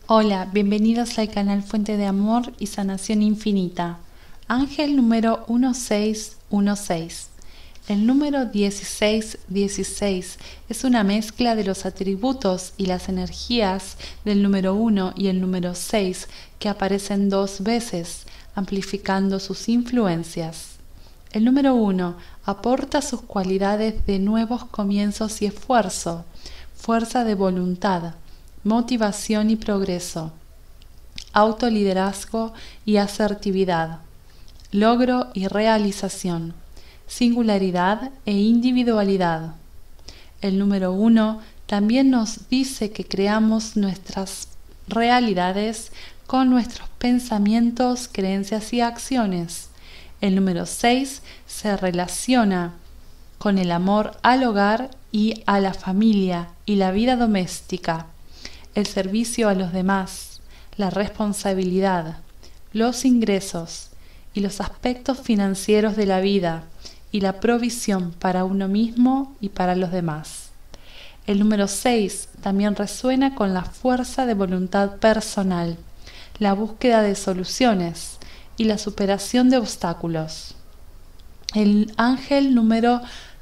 Hola, bienvenidos al canal Fuente de Amor y Sanación Infinita. Ángel número 1616. El número 1616 es una mezcla de los atributos y las energías del número 1 y el número 6 que aparecen dos veces, amplificando sus influencias. El número 1 aporta sus cualidades de nuevos comienzos y esfuerzo, fuerza de voluntad, motivación y progreso, autoliderazgo y asertividad, logro y realización, singularidad e individualidad. El número 1 también nos dice que creamos nuestras realidades con nuestros pensamientos, creencias y acciones. El número 6 se relaciona con el amor al hogar y a la familia y la vida doméstica, el servicio a los demás, la responsabilidad, los ingresos y los aspectos financieros de la vida y la provisión para uno mismo y para los demás. El número 6 también resuena con la fuerza de voluntad personal, la búsqueda de soluciones y la superación de obstáculos. El ángel número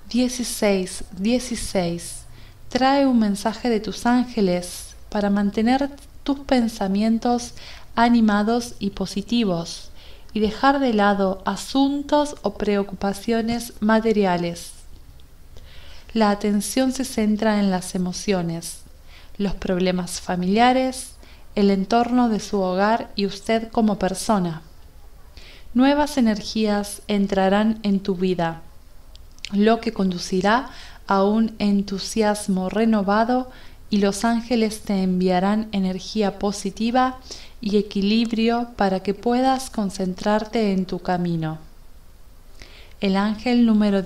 1616 trae un mensaje de tus ángeles para mantener tus pensamientos animados y positivos y dejar de lado asuntos o preocupaciones materiales. La atención se centra en las emociones, los problemas familiares, el entorno de su hogar y usted como persona. Nuevas energías entrarán en tu vida, lo que conducirá a un entusiasmo renovado y los ángeles te enviarán energía positiva y equilibrio para que puedas concentrarte en tu camino. El ángel número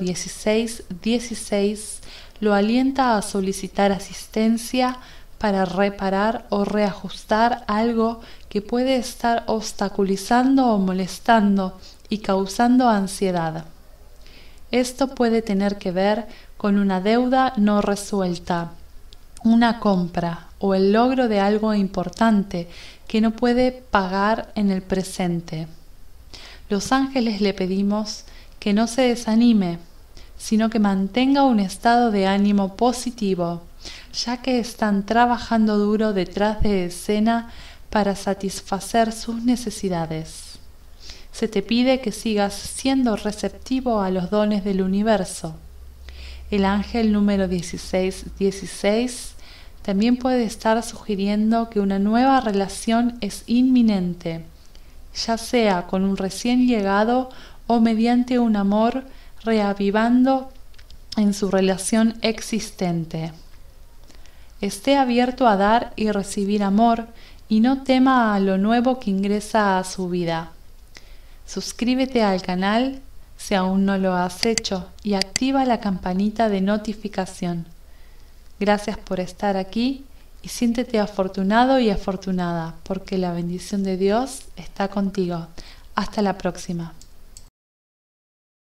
1616 lo alienta a solicitar asistencia para reparar o reajustar algo que puede estar obstaculizando o molestando y causando ansiedad. Esto puede tener que ver con una deuda no resuelta, una compra o el logro de algo importante que no puede pagar en el presente. Los ángeles le pedimos que no se desanime, sino que mantenga un estado de ánimo positivo, ya que están trabajando duro detrás de escena para satisfacer sus necesidades. Se te pide que sigas siendo receptivo a los dones del universo. El ángel número 1616 también puede estar sugiriendo que una nueva relación es inminente, ya sea con un recién llegado o mediante un amor reavivando en su relación existente. Esté abierto a dar y recibir amor y no tema a lo nuevo que ingresa a su vida. Suscríbete al canal si aún no lo has hecho y activa la campanita de notificación. Gracias por estar aquí y siéntete afortunado y afortunada porque la bendición de Dios está contigo. Hasta la próxima.